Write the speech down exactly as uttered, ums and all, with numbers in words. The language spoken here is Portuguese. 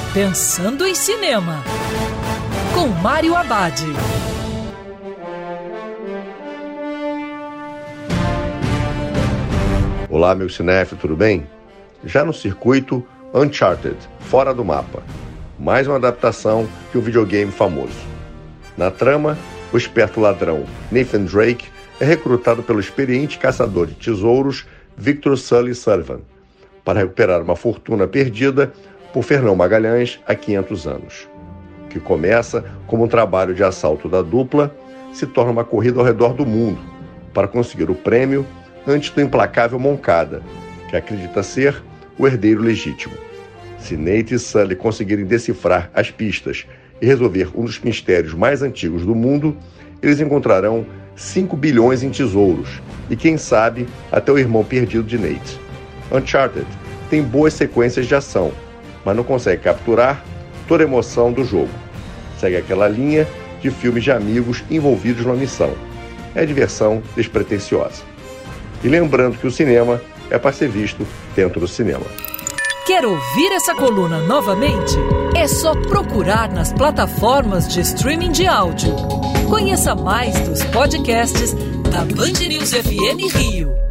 Pensando em Cinema, com Mário Abad. Olá, meu cinéfilo, tudo bem? Já no circuito, Uncharted, Fora do Mapa. Mais uma adaptação de um videogame famoso. Na trama, o esperto ladrão Nathan Drake é recrutado pelo experiente caçador de tesouros Victor Sully Sullivan para recuperar uma fortuna perdida por Fernão Magalhães há quinhentos anos. O que começa como um trabalho de assalto da dupla se torna uma corrida ao redor do mundo para conseguir o prêmio antes do implacável Moncada, que acredita ser o herdeiro legítimo. Se Nate e Sully conseguirem decifrar as pistas e resolver um dos mistérios mais antigos do mundo, eles encontrarão cinco bilhões em tesouros e, quem sabe, até o irmão perdido de Nate. Uncharted tem boas sequências de ação, mas não consegue capturar toda a emoção do jogo. Segue aquela linha de filmes de amigos envolvidos numa missão. É diversão despretensiosa. E lembrando que o cinema é para ser visto dentro do cinema. Quer ouvir essa coluna novamente? É só procurar nas plataformas de streaming de áudio. Conheça mais dos podcasts da Band News F M Rio.